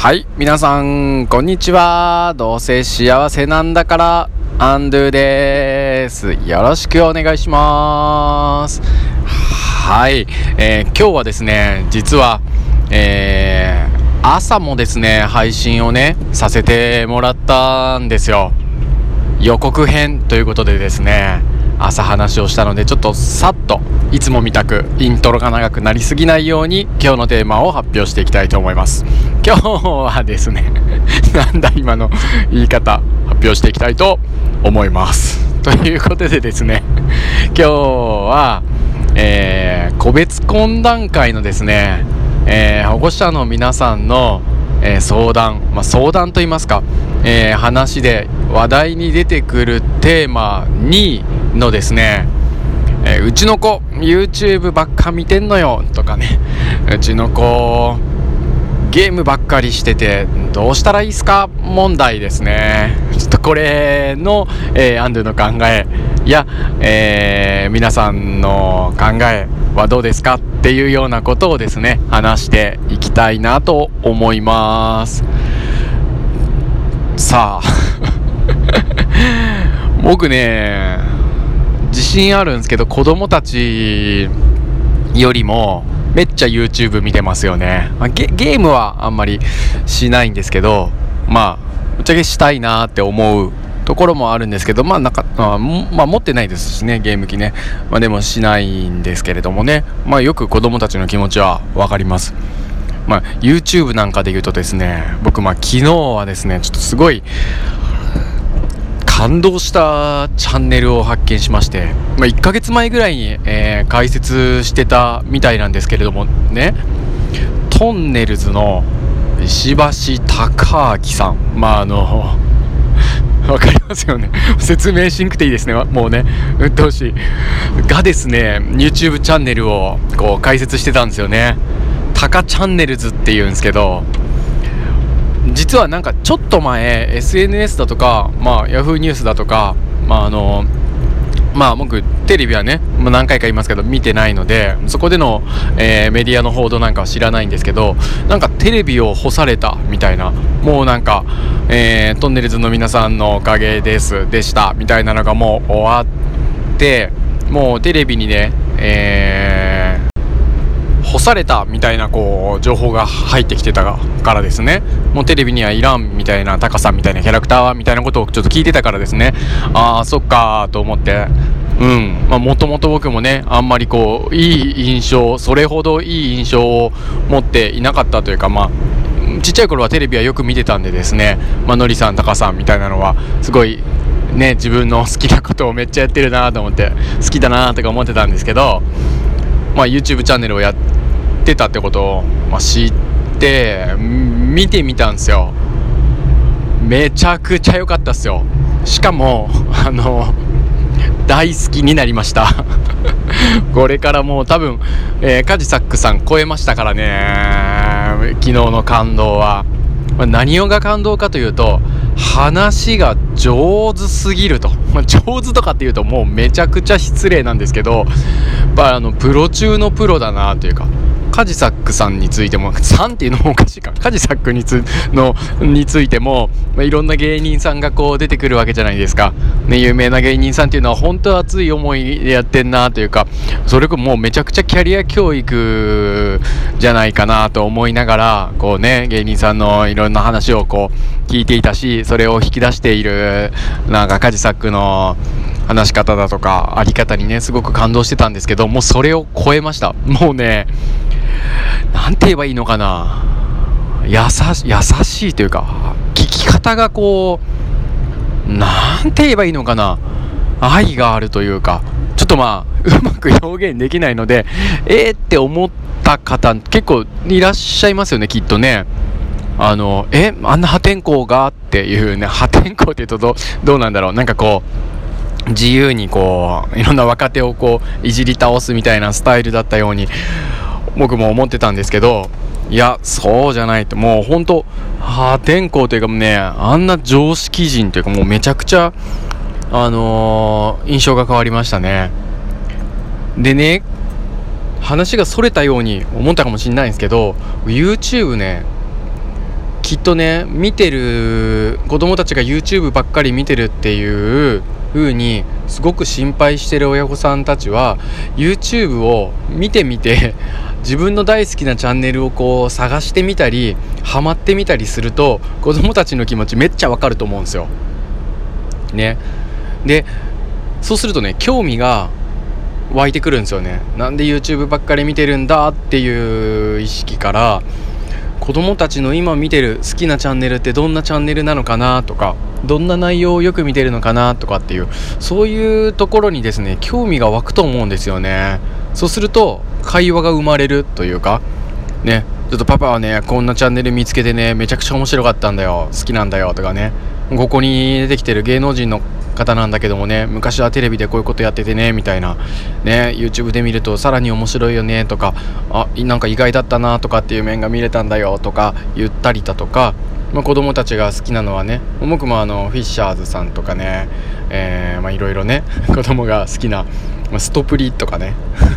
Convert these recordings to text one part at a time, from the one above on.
はい、皆さんこんにちは。どうせ幸せなんだからアンドゥです。よろしくお願いします。はい、今日はですね、実は、朝もですね配信をねさせてもらったんですよ。予告編ということでですね、朝話をしたのでちょっとさっといつもみたくイントロが長くなりすぎないように今日のテーマを発表していきたいと思います。今日はですねなんだ今の言い方、発表していきたいと思いますということでですね、今日は、個別懇談会のですね、保護者の皆さんの相談といいますか、話で話題に出てくるテーマ2のですね、うちの子 YouTube ばっか見てんのよとかね、うちの子ゲームばっかりしててどうしたらいいですか問題ですね。ちょっとこれの、アンドゥの考えや、皆さんの考えはどうですかっていうようなことをですね話していきたいなと思います。さあ僕ね自信あるんですけど、子供たちよりもめっちゃ YouTube 見てますよね。ゲームはあんまりしないんですけど、ぶっちゃけしたいなって思うところもあるんですけど、持ってないですしね、ゲーム機ね。でもしないんですけれどもね、よく子供たちの気持ちは分かります。YouTube なんかで言うとですね、僕昨日はですねちょっとすごい感動したチャンネルを発見しまして、1ヶ月前ぐらいに、解説してたみたいなんですけれどもね、トンネルズの石橋貴明さん、わかりますよね。説明しんくていいですね。もうね、鬱陶しいがですね YouTube チャンネルをこう解説してたんですよね。タカチャンネルズっていうんですけど、実はなんかちょっと前 SNS だとか、Yahoo ニュースだとか、僕テレビはね何回か言いますけど見てないので、そこでの、メディアの報道なんかは知らないんですけど、なんかテレビを干されたみたいな、もうなんか、トンネルズの皆さんのおかげでしたみたいなのがもう終わって、もうテレビにね、干されたみたいなこう情報が入ってきてたからですね、もうテレビにはいらんみたいな、タカさんみたいなキャラクターみたいなことをちょっと聞いてたからですね、そっかと思って、もともと僕もねあんまりこうそれほどいい印象を持っていなかったというか、ちっちゃい頃はテレビはよく見てたんでですね、のりさんタカさんみたいなのはすごいね、自分の好きなことをめっちゃやってるなと思って好きだなとか思ってたんですけど、YouTube チャンネルをやってたってことを、知って見てみたんですよ。めちゃくちゃ良かったっすよ。しかも大好きになりましたこれからもう多分、カジサックさん超えましたからね。昨日の感動は、何が感動かというと、話が上手すぎると、上手とかっていうともうめちゃくちゃ失礼なんですけど、プロ中のプロだなというか、カジサックさんについても、さんっていうのもおかしいか、カジサックについても、いろんな芸人さんがこう出てくるわけじゃないですか、ね、有名な芸人さんっていうのは本当熱い思いでやってんなというか、それこそもうめちゃくちゃキャリア教育じゃないかなと思いながら、こうね、芸人さんのいろんな話をこう聞いていたし、それを引き出しているなんかカジサックの話し方だとかあり方にねすごく感動してたんですけど、もうそれを超えました。もうね、なんて言えばいいのかな、優しいというか、聞き方がこう、なんて言えばいいのかな、愛があるというか、ちょっとうまく表現できないのでって思った方結構いらっしゃいますよね、きっとね。あんな破天荒がっていうね、破天荒って言うとどうなんだろう、なんかこう自由にこういろんな若手をこういじり倒すみたいなスタイルだったように僕も思ってたんですけど、いやそうじゃないって、もう本当破天荒というかね、あんな常識人というか、もうめちゃくちゃ印象が変わりましたね。でね、話がそれたように思ったかもしれないんですけど、 YouTube ね、昨きっとね見てる子供たちが YouTube ばっかり見てるっていう風にすごく心配してる親御さんたちは YouTube を見てみて自分の大好きなチャンネルをこう探してみたりハマってみたりすると子供たちの気持ちめっちゃわかると思うんですよね。でそうするとね興味が湧いてくるんですよね。なんで YouTube ばっかり見てるんだっていう意識から子供たちの今見てる好きなチャンネルってどんなチャンネルなのかなとかどんな内容をよく見てるのかなとかっていうそういうところにですね興味が湧くと思うんですよね。そうすると会話が生まれるというかね、ちょっとパパはねこんなチャンネル見つけてねめちゃくちゃ面白かったんだよ好きなんだよとかね、ここに出てきてる芸能人の方なんだけどもね昔はテレビでこういうことやっててねみたいなね YouTube で見るとさらに面白いよねとかなんか意外だったなとかっていう面が見れたんだよとか言ったりだとか、子供たちが好きなのはね僕もフィッシャーズさんとかね、いろいろね子供が好きなストプリとかね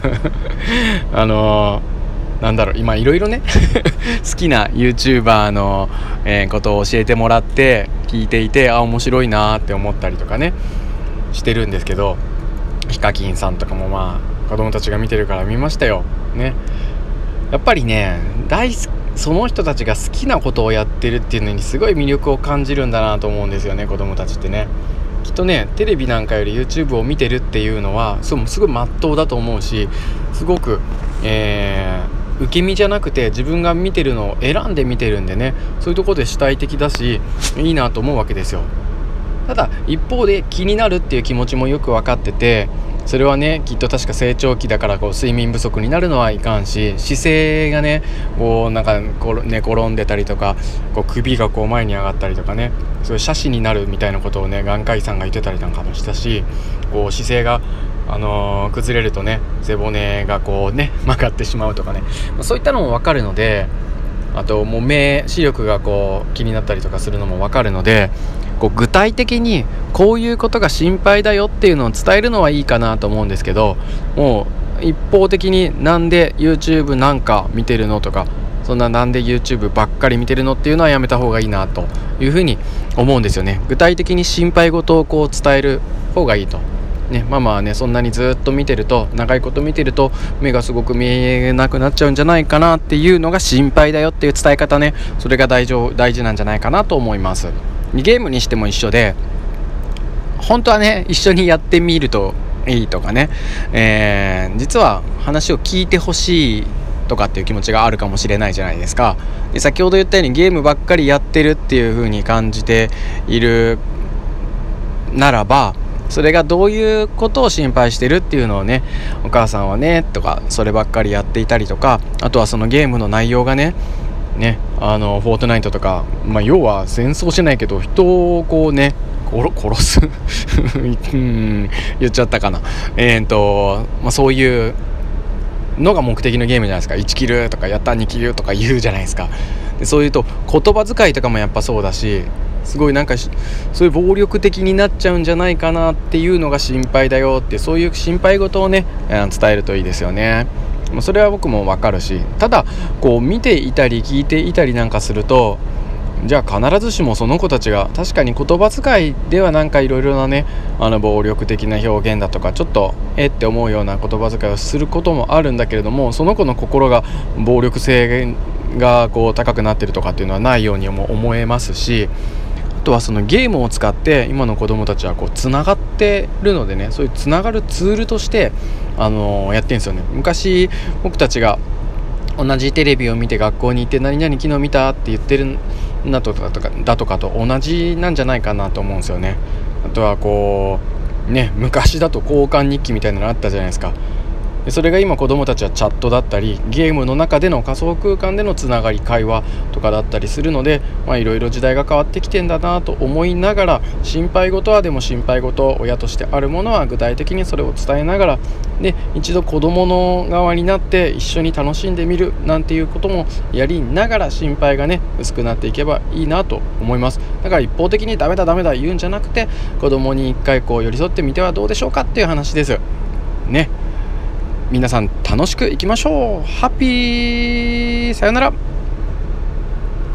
なんだろう今いろいろね好きな YouTuber の、ことを教えてもらって聞いていて面白いなって思ったりとかねしてるんですけど、ヒカキンさんとかも子供たちが見てるから見ましたよね。やっぱりねその人たちが好きなことをやってるっていうのにすごい魅力を感じるんだなと思うんですよね子供たちってね。きっとねテレビなんかより YouTube を見てるっていうのはすごい真っ当だと思うしすごく、受け身じゃなくて自分が見てるのを選んで見てるんでねそういうところで主体的だしいいなと思うわけですよ。ただ一方で気になるっていう気持ちもよく分かっててそれはねきっと確か成長期だから睡眠不足になるのはいかんし姿勢がねなんか寝転んでたりとか首が前に上がったりとかねそういう斜視になるみたいなことをね眼科医さんが言ってたりなんかもしたし姿勢が崩れるとね背骨が曲がってしまうとかね、そういったのも分かるのであともう視力が気になったりとかするのも分かるので具体的にこういうことが心配だよっていうのを伝えるのはいいかなと思うんですけどもう一方的になんで YouTube なんか見てるのとかなんで YouTube ばっかり見てるのっていうのはやめた方がいいなというふうに思うんですよね。具体的に心配事を伝える方がいいとね、ママはねそんなにずっと見てると長いこと見てると目がすごく見えなくなっちゃうんじゃないかなっていうのが心配だよっていう伝え方ねそれが大事なんじゃないかなと思います。ゲームにしても一緒で本当はね一緒にやってみるといいとかね、実は話を聞いてほしいとかっていう気持ちがあるかもしれないじゃないですか。で先ほど言ったようにゲームばっかりやってるっていう風に感じているならばそれがどういうことを心配してるっていうのをねお母さんはねとかそればっかりやっていたりとかあとはそのゲームの内容がねフォートナイトとか、要は戦争しないけど人を殺す言っちゃったかなそういうのが目的のゲームじゃないですか。1キルとかやった2キルとか言うじゃないですか。でそういうと言葉遣いとかもやっぱそうだしすごいそういう暴力的になっちゃうんじゃないかなっていうのが心配だよってそういう心配事をね伝えるといいですよね。それは僕もわかるし、ただ見ていたり聞いていたりなんかするとじゃあ必ずしもその子たちが確かに言葉遣いではいろいろなね暴力的な表現だとかちょっとって思うような言葉遣いをすることもあるんだけれどもその子の心が暴力性が高くなってるとかっていうのはないようにも思えますしあとはそのゲームを使って今の子どもたちはつながってるのでねそういうつながるツールとしてやってるんですよね。昔僕たちが同じテレビを見て学校に行って何々昨日見たって言ってるだとかと同じなんじゃないかなと思うんですよね。あとは昔だと交換日記みたいなのあったじゃないですか。でそれが今子どもたちはチャットだったりゲームの中での仮想空間でのつながり会話とかだったりするのでいろいろ時代が変わってきてんだなと思いながら心配事はでも心配事親としてあるものは具体的にそれを伝えながらで一度子どもの側になって一緒に楽しんでみるなんていうこともやりながら心配がね薄くなっていけばいいなと思います。だから一方的にダメだ言うんじゃなくて子どもに一回寄り添ってみてはどうでしょうかっていう話ですね。皆さん楽しくいきましょう。ハッピーさよなら。